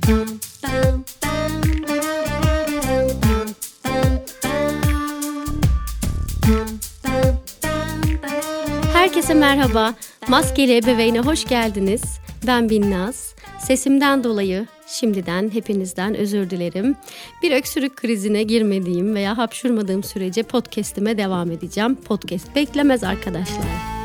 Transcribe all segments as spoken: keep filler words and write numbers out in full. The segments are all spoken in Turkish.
Herkese merhaba. Maskeli Ebeveyne hoş geldiniz. Ben Binnaz. Sesimden dolayı şimdiden hepinizden özür dilerim. Bir öksürük krizine girmediğim veya hapşurmadığım sürece podcast'ime devam edeceğim. Podcast beklemez arkadaşlar.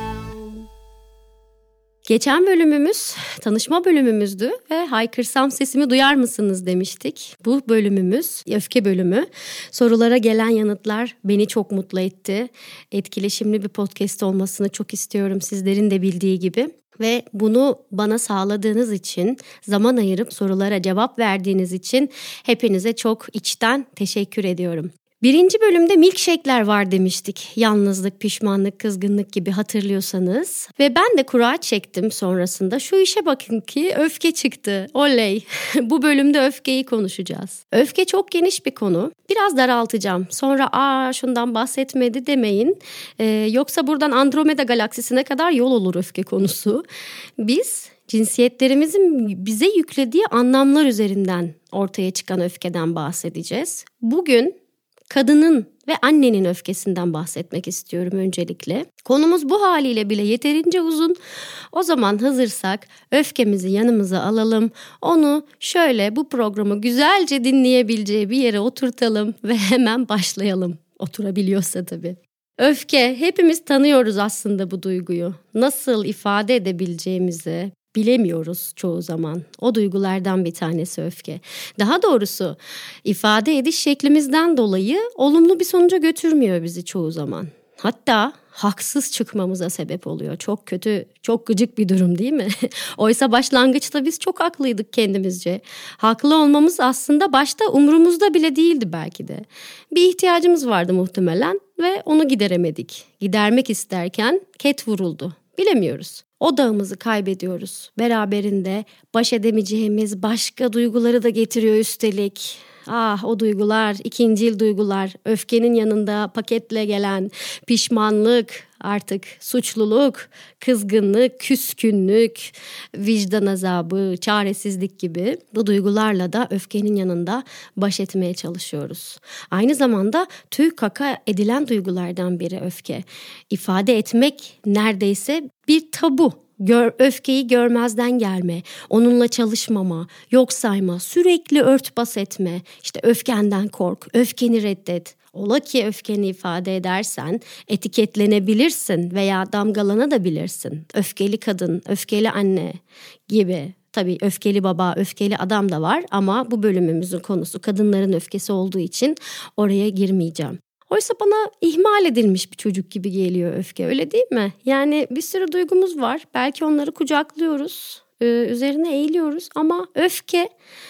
Geçen bölümümüz tanışma bölümümüzdü ve haykırsam sesimi duyar mısınız demiştik. Bu bölümümüz öfke bölümü. Sorulara gelen yanıtlar beni çok mutlu etti. Etkileşimli bir podcast olmasını çok istiyorum sizlerin de bildiği gibi. Ve bunu bana sağladığınız için, zaman ayırıp sorulara cevap verdiğiniz için hepinize çok içten teşekkür ediyorum. Birinci bölümde milkshake'ler var demiştik. Yalnızlık, pişmanlık, kızgınlık gibi hatırlıyorsanız. Ve ben de kura çektim sonrasında. Şu işe bakın ki öfke çıktı. Oley! Bu bölümde öfkeyi konuşacağız. Öfke çok geniş bir konu. Biraz daraltacağım. Sonra aa şundan bahsetmedi demeyin. Ee, yoksa buradan Andromeda galaksisine kadar yol olur öfke konusu. Biz cinsiyetlerimizin bize yüklediği anlamlar üzerinden ortaya çıkan öfkeden bahsedeceğiz. Bugün kadının ve annenin öfkesinden bahsetmek istiyorum öncelikle. Konumuz bu haliyle bile yeterince uzun. O zaman hazırsak öfkemizi yanımıza alalım. Onu şöyle bu programı güzelce dinleyebileceği bir yere oturtalım ve hemen başlayalım. Oturabiliyorsa tabii. Öfke, hepimiz tanıyoruz aslında bu duyguyu. Nasıl ifade edebileceğimizi bilemiyoruz çoğu zaman. O duygulardan bir tanesi öfke. Daha doğrusu ifade ediş şeklimizden dolayı olumlu bir sonuca götürmüyor bizi çoğu zaman. Hatta haksız çıkmamıza sebep oluyor. Çok kötü, çok gıcık bir durum değil mi? Oysa başlangıçta biz çok haklıydık kendimizce. Haklı olmamız aslında başta umurumuzda bile değildi belki de. Bir ihtiyacımız vardı muhtemelen ve onu gideremedik. Gidermek isterken ket vuruldu. Bilemiyoruz. Odağımızı kaybediyoruz. Beraberinde baş edemeyeceğimiz başka duyguları da getiriyor üstelik. Ah o duygular, ikincil duygular, öfkenin yanında paketle gelen pişmanlık, artık suçluluk, kızgınlık, küskünlük, vicdan azabı, çaresizlik gibi bu duygularla da öfkenin yanında baş etmeye çalışıyoruz. Aynı zamanda tüy kaka edilen duygulardan biri öfke. İfade etmek neredeyse bir tabu. Gör, öfkeyi görmezden gelme, onunla çalışmama, yok sayma, sürekli örtbas etme, işte öfkenden kork, öfkeni reddet. Ola ki öfkeni ifade edersen etiketlenebilirsin veya damgalanabilirsin. Öfkeli kadın, öfkeli anne gibi. Tabii öfkeli baba, öfkeli adam da var ama bu bölümümüzün konusu kadınların öfkesi olduğu için oraya girmeyeceğim. Oysa bana ihmal edilmiş bir çocuk gibi geliyor öfke, öyle değil mi? Yani bir sürü duygumuz var. Belki onları kucaklıyoruz, üzerine eğiliyoruz ama öfke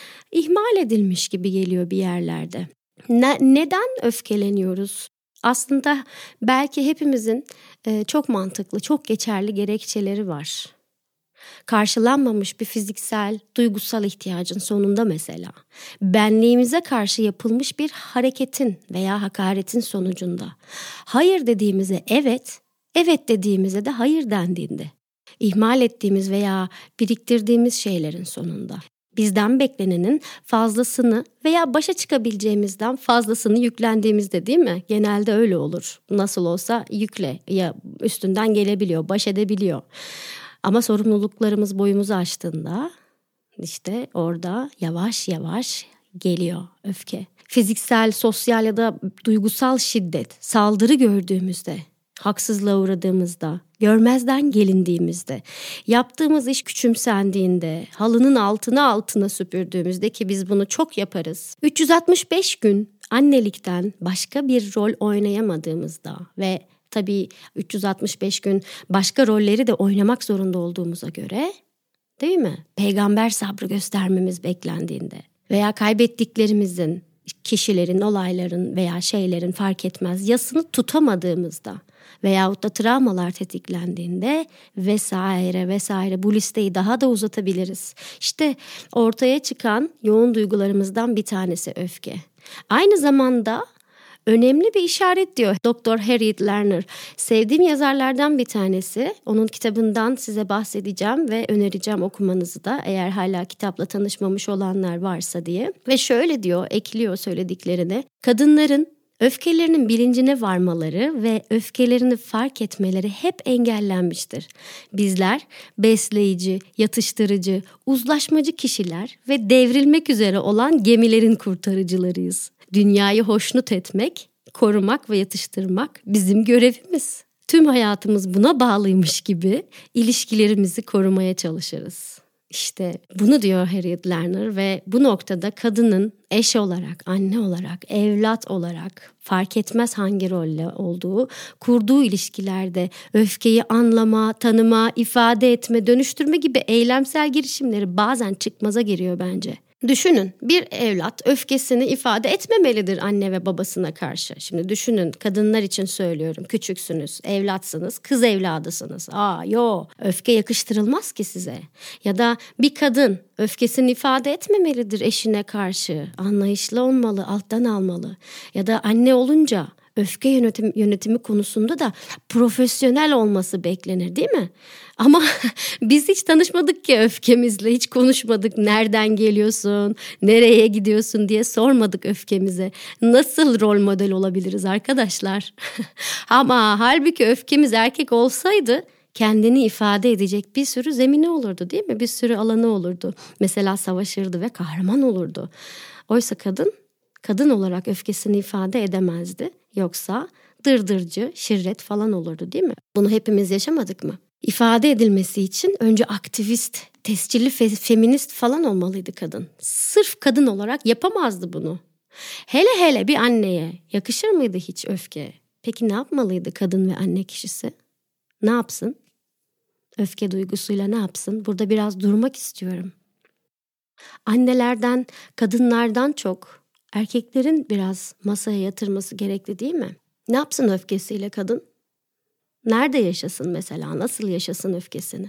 ihmal edilmiş gibi geliyor bir yerlerde. Ne, neden öfkeleniyoruz? Aslında belki hepimizin çok mantıklı, çok geçerli gerekçeleri var. Karşılanmamış bir fiziksel, duygusal ihtiyacın sonunda mesela. Benliğimize karşı yapılmış bir hareketin veya hakaretin sonucunda. Hayır dediğimize evet, evet dediğimize de hayır dendiğinde. İhmal ettiğimiz veya biriktirdiğimiz şeylerin sonunda. Bizden beklenenin fazlasını veya başa çıkabileceğimizden fazlasını yüklendiğimizde değil mi? Genelde öyle olur. Nasıl olsa yükle ya üstünden gelebiliyor, baş edebiliyor. Ama sorumluluklarımız boyumuzu aştığında işte orada yavaş yavaş geliyor öfke. Fiziksel, sosyal ya da duygusal şiddet, saldırı gördüğümüzde, haksızlığa uğradığımızda, görmezden gelindiğimizde, yaptığımız iş küçümsendiğinde, halının altına altına süpürdüğümüzde ki biz bunu çok yaparız. üç yüz altmış beş gün annelikten başka bir rol oynayamadığımızda ve tabii üç yüz altmış beş gün başka rolleri de oynamak zorunda olduğumuza göre, değil mi? Peygamber sabrı göstermemiz beklendiğinde veya kaybettiklerimizin, kişilerin, olayların veya şeylerin fark etmez yasını tutamadığımızda veyahut da travmalar tetiklendiğinde vesaire vesaire bu listeyi daha da uzatabiliriz. İşte ortaya çıkan yoğun duygularımızdan bir tanesi öfke. Aynı zamanda önemli bir işaret diyor Doktor Harriet Lerner. Sevdiğim yazarlardan bir tanesi. Onun kitabından size bahsedeceğim ve önereceğim okumanızı da, eğer hala kitapla tanışmamış olanlar varsa diye. Ve şöyle diyor, ekliyor söylediklerine. Kadınların öfkelerinin bilincine varmaları ve öfkelerini fark etmeleri hep engellenmiştir. Bizler besleyici, yatıştırıcı, uzlaşmacı kişiler ve devrilmek üzere olan gemilerin kurtarıcılarıyız. Dünyayı hoşnut etmek, korumak ve yatıştırmak bizim görevimiz. Tüm hayatımız buna bağlıymış gibi ilişkilerimizi korumaya çalışırız. İşte bunu diyor Harriet Lerner ve bu noktada kadının eş olarak, anne olarak, evlat olarak, fark etmez hangi rolle olduğu, kurduğu ilişkilerde öfkeyi anlama, tanıma, ifade etme, dönüştürme gibi eylemsel girişimleri bazen çıkmaza giriyor bence. Düşünün, bir evlat öfkesini ifade etmemelidir anne ve babasına karşı. Şimdi düşünün, kadınlar için söylüyorum, küçüksünüz, evlatsınız, kız evladısınız. Aa yo, öfke yakıştırılmaz ki size. Ya da bir kadın öfkesini ifade etmemelidir eşine karşı. Anlayışlı olmalı, alttan almalı. Ya da anne olunca öfke yönetim, yönetimi konusunda da profesyonel olması beklenir, değil mi? Ama biz hiç tanışmadık ki öfkemizle, hiç konuşmadık. Nereden geliyorsun, nereye gidiyorsun diye sormadık öfkemize. Nasıl rol model olabiliriz arkadaşlar? Ama halbuki öfkemiz erkek olsaydı kendini ifade edecek bir sürü zemini olurdu, değil mi? Bir sürü alanı olurdu. Mesela savaşırdı ve kahraman olurdu. Oysa kadın, kadın olarak öfkesini ifade edemezdi. Yoksa dırdırcı, şirret falan olurdu, değil mi? Bunu hepimiz yaşamadık mı? İfade edilmesi için önce aktivist, tescilli fe- feminist falan olmalıydı kadın. Sırf kadın olarak yapamazdı bunu. Hele hele bir anneye yakışır mıydı hiç öfke? Peki ne yapmalıydı kadın ve anne kişisi? Ne yapsın? Öfke duygusuyla ne yapsın? Burada biraz durmak istiyorum. Annelerden, kadınlardan çok erkeklerin biraz masaya yatırması gerekli, değil mi? Ne yapsın öfkesiyle kadın? Nerede yaşasın mesela? Nasıl yaşasın öfkesini?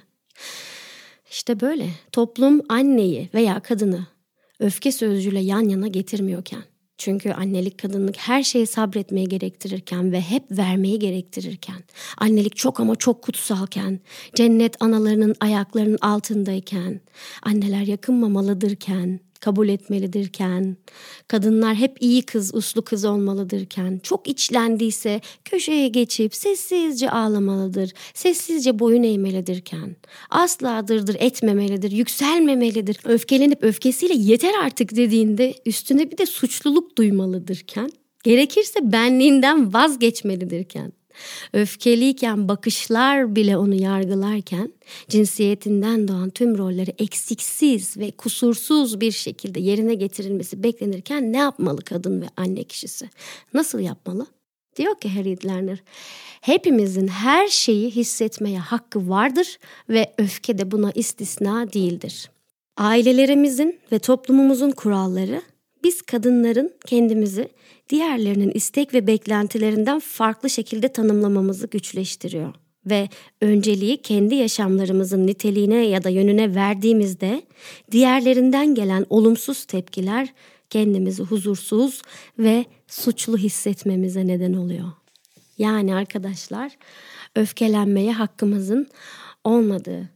İşte böyle. Toplum anneyi veya kadını öfke sözcüğüyle yan yana getirmiyorken, çünkü annelik, kadınlık her şeyi sabretmeyi gerektirirken ve hep vermeyi gerektirirken, annelik çok ama çok kutsalken, cennet analarının ayaklarının altındayken, anneler yakınmamalıdırken, kabul etmelidirken, kadınlar hep iyi kız, uslu kız olmalıdırken, çok içlendiyse köşeye geçip sessizce ağlamalıdır, sessizce boyun eğmelidirken, asla dırdır etmemelidir, yükselmemelidir, öfkelenip öfkesiyle yeter artık dediğinde üstüne bir de suçluluk duymalıdırken, gerekirse benliğinden vazgeçmelidirken, öfkeliyken bakışlar bile onu yargılarken, cinsiyetinden doğan tüm rolleri eksiksiz ve kusursuz bir şekilde yerine getirilmesi beklenirken ne yapmalı kadın ve anne kişisi? Nasıl yapmalı? Diyor ki Harriet Lerner, hepimizin her şeyi hissetmeye hakkı vardır ve öfke de buna istisna değildir. Ailelerimizin ve toplumumuzun kuralları, biz kadınların kendimizi diğerlerinin istek ve beklentilerinden farklı şekilde tanımlamamızı güçleştiriyor. Ve önceliği kendi yaşamlarımızın niteliğine ya da yönüne verdiğimizde diğerlerinden gelen olumsuz tepkiler kendimizi huzursuz ve suçlu hissetmemize neden oluyor. Yani arkadaşlar, öfkelenmeye hakkımızın olmadığı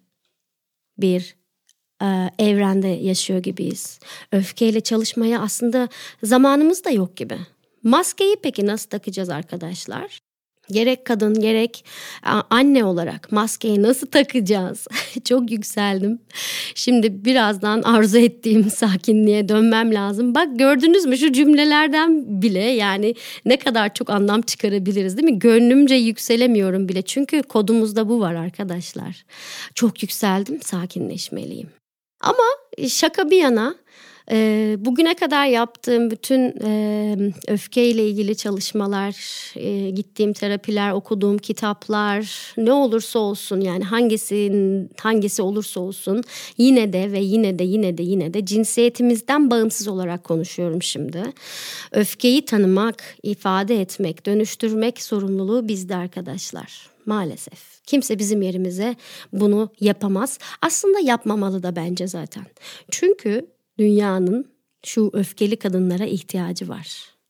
bir evrende yaşıyor gibiyiz. Öfkeyle çalışmaya aslında zamanımız da yok gibi. Maskeyi peki nasıl takacağız arkadaşlar? Gerek kadın gerek anne olarak maskeyi nasıl takacağız? Çok yükseldim. Şimdi birazdan arzu ettiğim sakinliğe dönmem lazım. Bak gördünüz mü şu cümlelerden bile yani ne kadar çok anlam çıkarabiliriz, değil mi? Gönlümce yükselemiyorum bile çünkü kodumuzda bu var arkadaşlar. Çok yükseldim, sakinleşmeliyim. Ama şaka bir yana, e, bugüne kadar yaptığım bütün e, öfkeyle ilgili çalışmalar, e, gittiğim terapiler, okuduğum kitaplar, ne olursa olsun yani hangisi hangisi olursa olsun yine de ve yine de yine de yine de cinsiyetimizden bağımsız olarak konuşuyorum şimdi. Öfkeyi tanımak, ifade etmek, dönüştürmek sorumluluğu bizde arkadaşlar. Maalesef. Kimse bizim yerimize bunu yapamaz. Aslında yapmamalı da bence zaten. Çünkü dünyanın şu öfkeli kadınlara ihtiyacı var.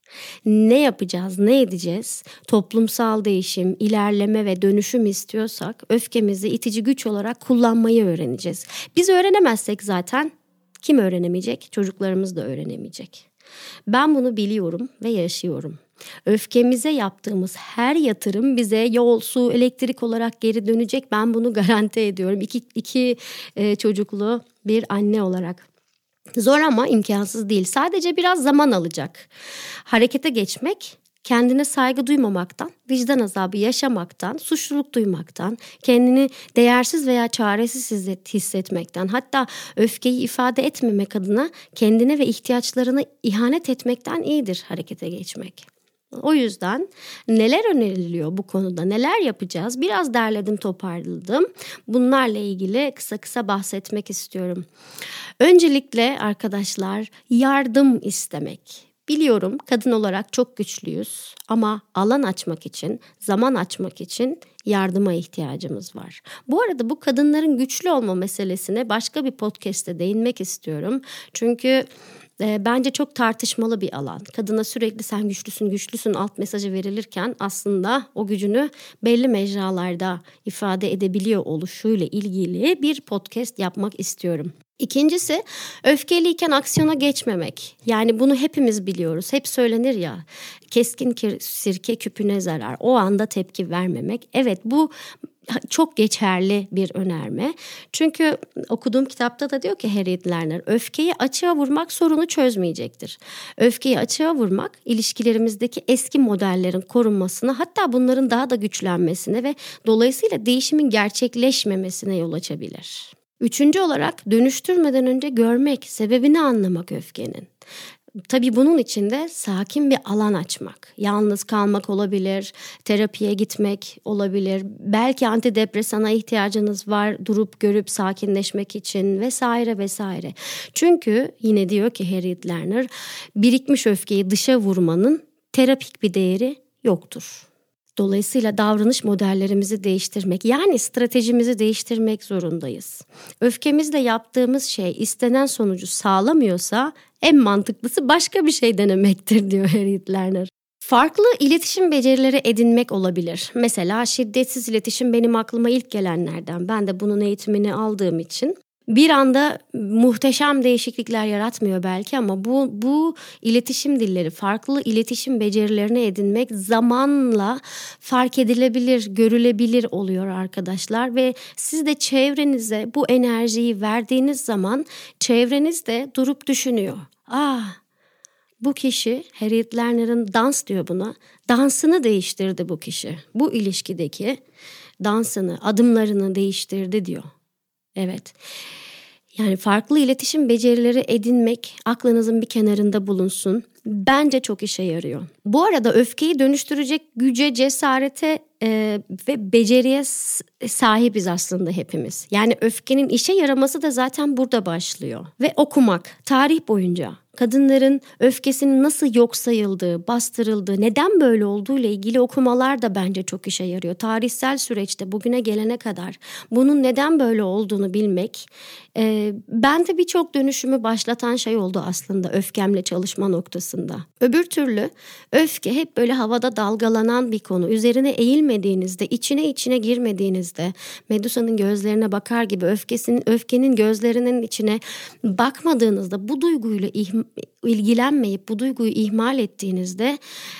Ne yapacağız, ne edeceğiz? Toplumsal değişim, ilerleme ve dönüşüm istiyorsak öfkemizi itici güç olarak kullanmayı öğreneceğiz. Biz öğrenemezsek zaten kim öğrenemeyecek? Çocuklarımız da öğrenemeyecek. Ben bunu biliyorum ve yaşıyorum. Öfkemize yaptığımız her yatırım bize yol, su, elektrik olarak geri dönecek. Ben bunu garanti ediyorum. İki, iki e, çocuklu bir anne olarak. Zor ama imkansız değil. Sadece biraz zaman alacak. Harekete geçmek, kendine saygı duymamaktan, vicdan azabı yaşamaktan, suçluluk duymaktan, kendini değersiz veya çaresiz hissetmekten, hatta öfkeyi ifade etmemek adına kendine ve ihtiyaçlarına ihanet etmekten iyidir harekete geçmek. O yüzden neler öneriliyor bu konuda, neler yapacağız? Biraz derledim, toparladım. Bunlarla ilgili kısa kısa bahsetmek istiyorum. Öncelikle arkadaşlar, yardım istemek. Biliyorum kadın olarak çok güçlüyüz ama alan açmak için, zaman açmak için yardıma ihtiyacımız var. Bu arada bu kadınların güçlü olma meselesine başka bir podcast'te değinmek istiyorum. Çünkü e, bence çok tartışmalı bir alan. Kadına sürekli sen güçlüsün, güçlüsün alt mesajı verilirken aslında o gücünü belli mecralarda ifade edebiliyor oluşuyla ilgili bir podcast yapmak istiyorum. İkincisi, öfkeliyken aksiyona geçmemek. Yani bunu hepimiz biliyoruz. Hep söylenir ya, keskin sirke küpüne zarar. O anda tepki vermemek. Evet, bu çok geçerli bir önerme. Çünkü okuduğum kitapta da diyor ki Harriet Lerner, öfkeyi açığa vurmak sorunu çözmeyecektir. Öfkeyi açığa vurmak ilişkilerimizdeki eski modellerin korunmasına, hatta bunların daha da güçlenmesine ve dolayısıyla değişimin gerçekleşmemesine yol açabilir. Üçüncü olarak dönüştürmeden önce görmek, sebebini anlamak öfkenin. Tabii bunun için de sakin bir alan açmak. Yalnız kalmak olabilir, terapiye gitmek olabilir. Belki antidepresana ihtiyacınız var durup görüp sakinleşmek için vesaire vesaire. Çünkü yine diyor ki Harriet Lerner, birikmiş öfkeyi dışa vurmanın terapik bir değeri yoktur. Dolayısıyla davranış modellerimizi değiştirmek, yani stratejimizi değiştirmek zorundayız. Öfkemizle yaptığımız şey istenen sonucu sağlamıyorsa en mantıklısı başka bir şey denemektir diyor Harriet Lerner. Farklı iletişim becerileri edinmek olabilir. Mesela şiddetsiz iletişim benim aklıma ilk gelenlerden. Ben de bunun eğitimini aldığım için. Bir anda muhteşem değişiklikler yaratmıyor belki ama bu bu iletişim dilleri, farklı iletişim becerilerini edinmek zamanla fark edilebilir, görülebilir oluyor arkadaşlar ve siz de çevrenize bu enerjiyi verdiğiniz zaman çevreniz de durup düşünüyor. Ah, bu kişi, Harriet Lerner'ın dans diyor buna, dansını değiştirdi bu kişi. Bu ilişkideki dansını, adımlarını değiştirdi diyor. Evet. Yani farklı iletişim becerileri edinmek aklınızın bir kenarında bulunsun. Bence çok işe yarıyor. Bu arada öfkeyi dönüştürecek güce, cesarete e, ve beceriye sahibiz aslında hepimiz. Yani öfkenin işe yaraması da zaten burada başlıyor. Ve okumak tarih boyunca kadınların öfkesinin nasıl yok sayıldığı, bastırıldığı, neden böyle olduğu ile ilgili okumalar da bence çok işe yarıyor. Tarihsel süreçte bugüne gelene kadar bunun neden böyle olduğunu bilmek e, bende birçok dönüşümü başlatan şey oldu aslında öfkemle çalışma noktasında. Öbür türlü öfke hep böyle havada dalgalanan bir konu. Üzerine eğilmediğinizde, içine içine girmediğinizde, Medusa'nın gözlerine bakar gibi öfkesinin, öfkenin gözlerinin içine bakmadığınızda, bu duyguyla ih- ilgilenmeyip bu duyguyu ihmal ettiğinizde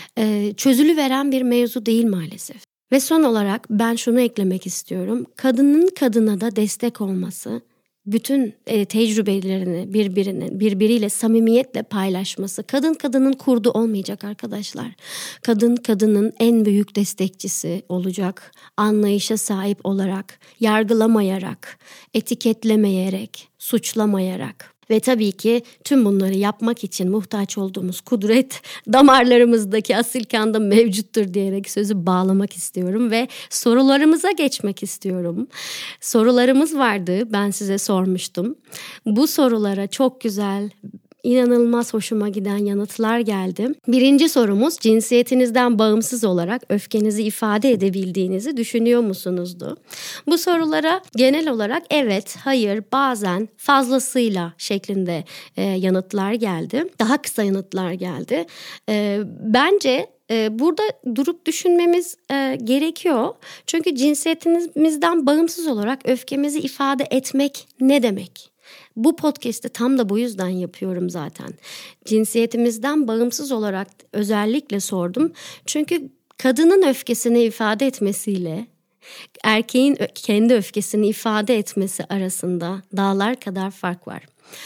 e, çözülüveren bir mevzu değil maalesef. Ve son olarak ben şunu eklemek istiyorum. Kadının kadına da destek olması, bütün e, tecrübelerini birbirine, birbiriyle samimiyetle paylaşması, kadın kadının kurdu olmayacak arkadaşlar. Kadın kadının en büyük destekçisi olacak. Anlayışa sahip olarak, yargılamayarak, etiketlemeyerek, suçlamayarak. Ve tabii ki tüm bunları yapmak için muhtaç olduğumuz kudret damarlarımızdaki asil kanda mevcuttur diyerek sözü bağlamak istiyorum ve sorularımıza geçmek istiyorum. Sorularımız vardı, ben size sormuştum. Bu sorulara çok güzel inanılmaz hoşuma giden yanıtlar geldi. Birinci sorumuz, cinsiyetinizden bağımsız olarak öfkenizi ifade edebildiğinizi düşünüyor musunuzdu? Bu sorulara genel olarak evet, hayır, bazen, fazlasıyla şeklinde e, yanıtlar geldi. Daha kısa yanıtlar geldi. E, bence e, burada durup düşünmemiz e, gerekiyor. Çünkü cinsiyetimizden bağımsız olarak öfkemizi ifade etmek ne demek? Bu podcast'ı tam da bu yüzden yapıyorum zaten. Cinsiyetimizden bağımsız olarak özellikle sordum. Çünkü kadının öfkesini ifade etmesiyle erkeğin kendi öfkesini ifade etmesi arasında dağlar kadar fark var.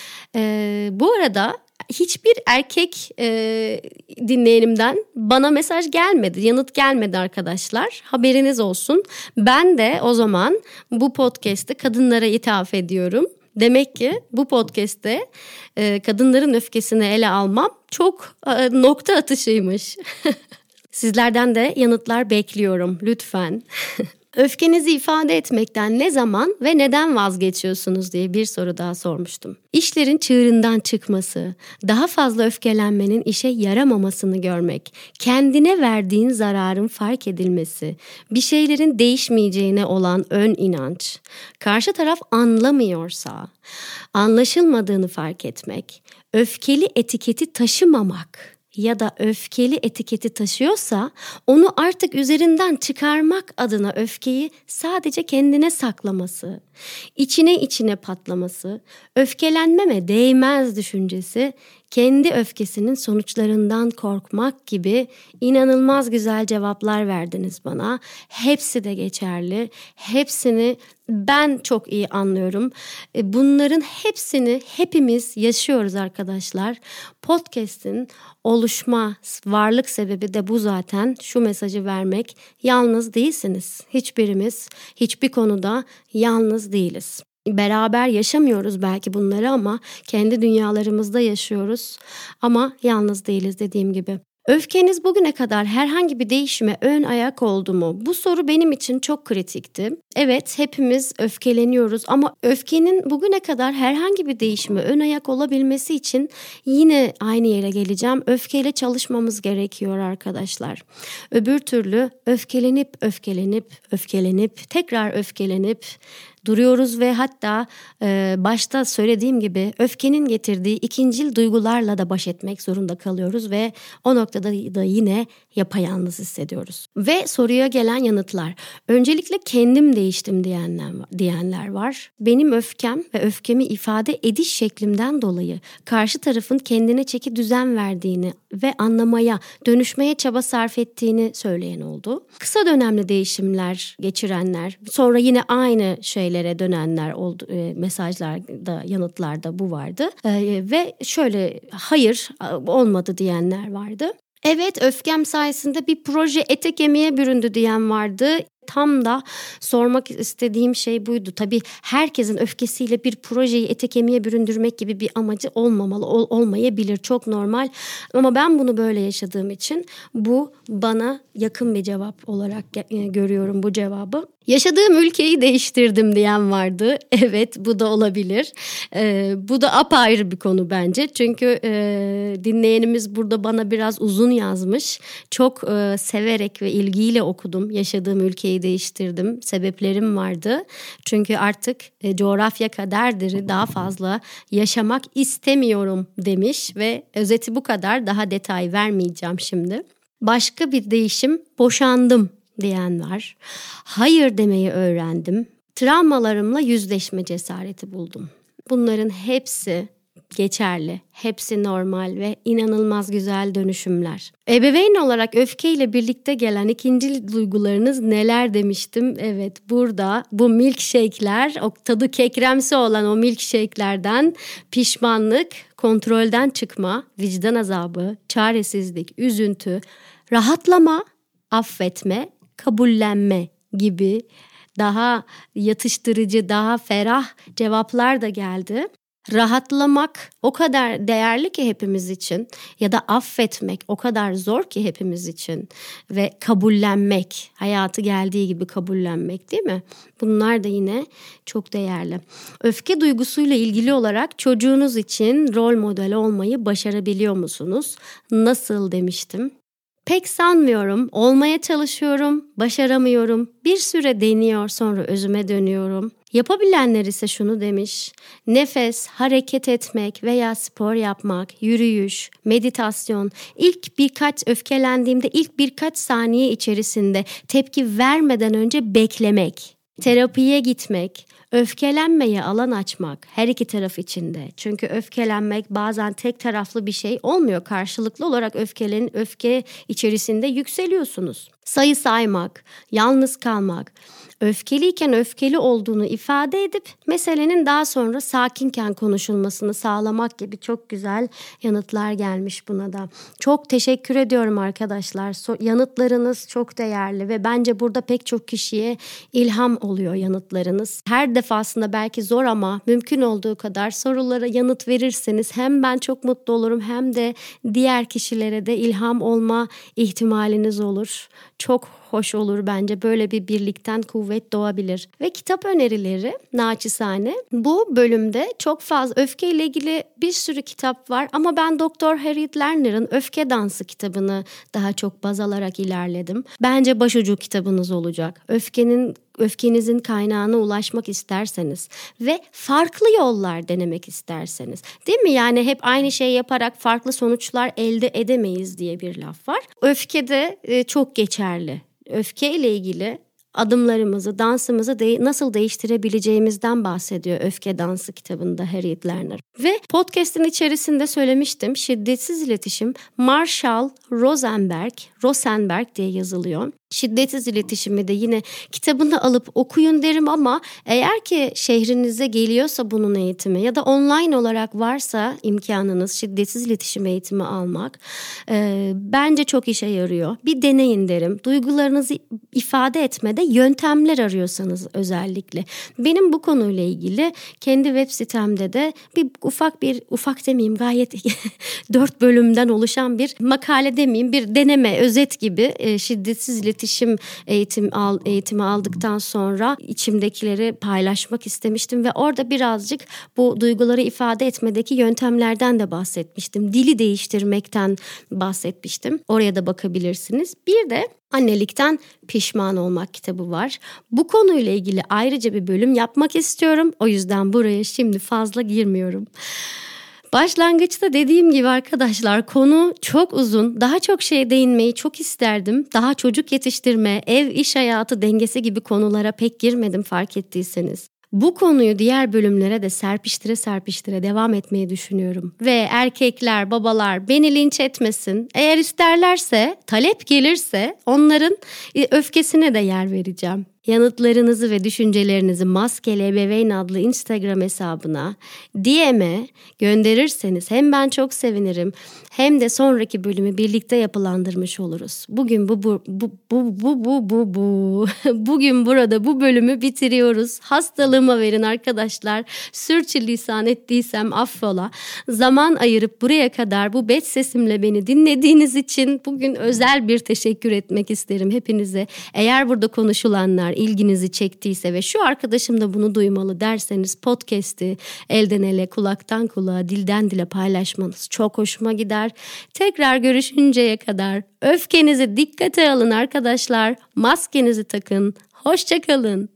Ee, bu arada hiçbir erkek e, dinleyenimden bana mesaj gelmedi, yanıt gelmedi arkadaşlar. Haberiniz olsun. Ben de o zaman bu podcast'ı kadınlara ithaf ediyorum. Demek ki bu podcast'te e, kadınların öfkesini ele almam çok e, nokta atışıymış. Sizlerden de yanıtlar bekliyorum lütfen. Öfkenizi ifade etmekten ne zaman ve neden vazgeçiyorsunuz diye bir soru daha sormuştum. İşlerin çığırından çıkması, daha fazla öfkelenmenin işe yaramamasını görmek, kendine verdiğin zararın fark edilmesi, bir şeylerin değişmeyeceğine olan ön inanç, karşı taraf anlamıyorsa, anlaşılmadığını fark etmek, öfkeli etiketi taşımamak ya da öfkeli etiketi taşıyorsa onu artık üzerinden çıkarmak adına öfkeyi sadece kendine saklaması, içine içine patlaması, öfkelenmeme değmez düşüncesi, kendi öfkesinin sonuçlarından korkmak gibi inanılmaz güzel cevaplar verdiniz bana. Hepsi de geçerli. Hepsini ben çok iyi anlıyorum. Bunların hepsini hepimiz yaşıyoruz arkadaşlar. Podcast'in oluşma, varlık sebebi de bu zaten. Şu mesajı vermek. Yalnız değilsiniz. Hiçbirimiz hiçbir konuda yalnız değiliz. Beraber yaşamıyoruz belki bunları ama kendi dünyalarımızda yaşıyoruz. Ama yalnız değiliz dediğim gibi. Öfkeniz bugüne kadar herhangi bir değişime ön ayak oldu mu? Bu soru benim için çok kritikti. Evet, hepimiz öfkeleniyoruz ama öfkenin bugüne kadar herhangi bir değişime ön ayak olabilmesi için yine aynı yere geleceğim. Öfkeyle çalışmamız gerekiyor arkadaşlar. Öbür türlü öfkelenip öfkelenip öfkelenip tekrar öfkelenip duruyoruz ve hatta e, başta söylediğim gibi öfkenin getirdiği ikincil duygularla da baş etmek zorunda kalıyoruz ve o noktada da yine yapayalnız hissediyoruz. Ve soruya gelen yanıtlar. Öncelikle kendim değiştim diyenler, diyenler var. Benim öfkem ve öfkemi ifade ediş şeklimden dolayı karşı tarafın kendine çeki düzen verdiğini ve anlamaya, dönüşmeye çaba sarf ettiğini söyleyen oldu. Kısa dönemli değişimler geçirenler, sonra yine aynı şeylere dönenler oldu, e, mesajlarda, yanıtlarda bu vardı. E, ve şöyle hayır olmadı diyenler vardı. Evet, öfkem sayesinde bir proje ete kemiğe büründü diyen vardı. Tam da sormak istediğim şey buydu. Tabii herkesin öfkesiyle bir projeyi ete kemiğe büründürmek gibi bir amacı olmamalı, ol, olmayabilir. Çok normal. Ama ben bunu böyle yaşadığım için bu bana yakın bir cevap olarak görüyorum bu cevabı. Yaşadığım ülkeyi değiştirdim diyen vardı. Evet, bu da olabilir. Ee, bu da apayrı bir konu bence. Çünkü e, dinleyenimiz burada bana biraz uzun yazmış. Çok e, severek ve ilgiyle okudum. Yaşadığım ülkeyi değiştirdim. Sebeplerim vardı. Çünkü artık e, coğrafya kaderdir. Daha fazla yaşamak istemiyorum demiş ve özeti bu kadar. Daha detay vermeyeceğim şimdi. Başka bir değişim, boşandım diyen var. Hayır demeyi öğrendim. Travmalarımla yüzleşme cesareti buldum. Bunların hepsi geçerli, hepsi normal ve inanılmaz güzel dönüşümler. Ebeveyn olarak öfkeyle birlikte gelen ikinci duygularınız neler demiştim. Evet, burada bu milkshake'ler, o tadı kekremsi olan o milkshake'lerden pişmanlık, kontrolden çıkma, vicdan azabı, çaresizlik, üzüntü, rahatlama, affetme, kabullenme gibi daha yatıştırıcı, daha ferah cevaplar da geldi. Rahatlamak o kadar değerli ki hepimiz için ya da affetmek o kadar zor ki hepimiz için ve kabullenmek, hayatı geldiği gibi kabullenmek, değil mi? Bunlar da yine çok değerli. Öfke duygusuyla ilgili olarak çocuğunuz için rol model olmayı başarabiliyor musunuz? Nasıl demiştim? Pek sanmıyorum, olmaya çalışıyorum, başaramıyorum, bir süre deniyor sonra özüme dönüyorum. Yapabilenler ise şunu demiş: nefes, hareket etmek veya spor yapmak, yürüyüş, meditasyon, ilk birkaç öfkelendiğimde ilk birkaç saniye içerisinde tepki vermeden önce beklemek, terapiye gitmek, öfkelenmeye alan açmak her iki taraf içinde. Çünkü öfkelenmek bazen tek taraflı bir şey olmuyor. Karşılıklı olarak öfkelenin öfke içerisinde yükseliyorsunuz. Sayı saymak, yalnız kalmak, öfkeliyken öfkeli olduğunu ifade edip meselenin daha sonra sakinken konuşulmasını sağlamak gibi çok güzel yanıtlar gelmiş buna da. Çok teşekkür ediyorum arkadaşlar. So- yanıtlarınız çok değerli ve bence burada pek çok kişiye ilham oluyor yanıtlarınız. Her defasında belki zor ama mümkün olduğu kadar sorulara yanıt verirseniz hem ben çok mutlu olurum hem de diğer kişilere de ilham olma ihtimaliniz olur. Çok hoş olur bence, böyle bir birlikten kuvvet doğabilir. Ve kitap önerileri naçizane bu bölümde çok fazla öfkeyle ilgili bir sürü kitap var ama ben doktor Harriet Lerner'ın Öfke Dansı kitabını daha çok baz alarak ilerledim. Bence başucu kitabınız olacak. Öfkenin Öfkenizin kaynağına ulaşmak isterseniz ve farklı yollar denemek isterseniz, değil mi? Yani hep aynı şey yaparak farklı sonuçlar elde edemeyiz diye bir laf var. Öfke de e, çok geçerli. Öfke ile ilgili adımlarımızı, dansımızı de- nasıl değiştirebileceğimizden bahsediyor Öfke Dansı kitabında Harriet Lerner. Ve podcast'in içerisinde söylemiştim, şiddetsiz iletişim Marshall Rosenberg, Rosenberg diye yazılıyor. Şiddetsiz iletişimi de yine kitabını alıp okuyun derim ama eğer ki şehrinize geliyorsa bunun eğitimi ya da online olarak varsa imkanınız şiddetsiz iletişim eğitimi almak e, bence çok işe yarıyor. Bir deneyin derim. Duygularınızı ifade etmede yöntemler arıyorsanız özellikle. Benim bu konuyla ilgili kendi web sitemde de bir ufak bir ufak demeyeyim gayet dört bölümden oluşan bir makale demeyeyim bir deneme özet gibi e, şiddetsiz iletişim İletişim eğitim al, eğitimi aldıktan sonra içimdekileri paylaşmak istemiştim ve orada birazcık bu duyguları ifade etmedeki yöntemlerden de bahsetmiştim. Dili değiştirmekten bahsetmiştim. Oraya da bakabilirsiniz. Bir de Annelikten Pişman Olmak kitabı var. Bu konuyla ilgili ayrıca bir bölüm yapmak istiyorum. O yüzden buraya şimdi fazla girmiyorum. Başlangıçta dediğim gibi arkadaşlar konu çok uzun. Daha çok şeye değinmeyi çok isterdim. Daha çocuk yetiştirme, ev iş hayatı dengesi gibi konulara pek girmedim fark ettiyseniz. Bu konuyu diğer bölümlere de serpiştire serpiştire devam etmeyi düşünüyorum. Ve erkekler, babalar beni linç etmesin. Eğer isterlerse, talep gelirse onların öfkesine de yer vereceğim. Yanıtlarınızı ve düşüncelerinizi Maskeli Ebeveyn adlı Instagram hesabına D M'e gönderirseniz hem ben çok sevinirim hem de sonraki bölümü birlikte yapılandırmış oluruz. Bugün bu bu bu bu bu bu bu bu bugün burada bu bölümü bitiriyoruz. Hastalığıma verin arkadaşlar. Sürçülisan ettiysem affola. Zaman ayırıp buraya kadar bu bet sesimle beni dinlediğiniz için bugün özel bir teşekkür etmek isterim hepinize. Eğer burada konuşulanlar ilginizi çektiyse ve şu arkadaşım da bunu duymalı derseniz podcast'i elden ele, kulaktan kulağa, dilden dile paylaşmanız çok hoşuma gider. Tekrar görüşünceye kadar öfkenizi dikkate alın arkadaşlar. Maskenizi takın. Hoşça kalın.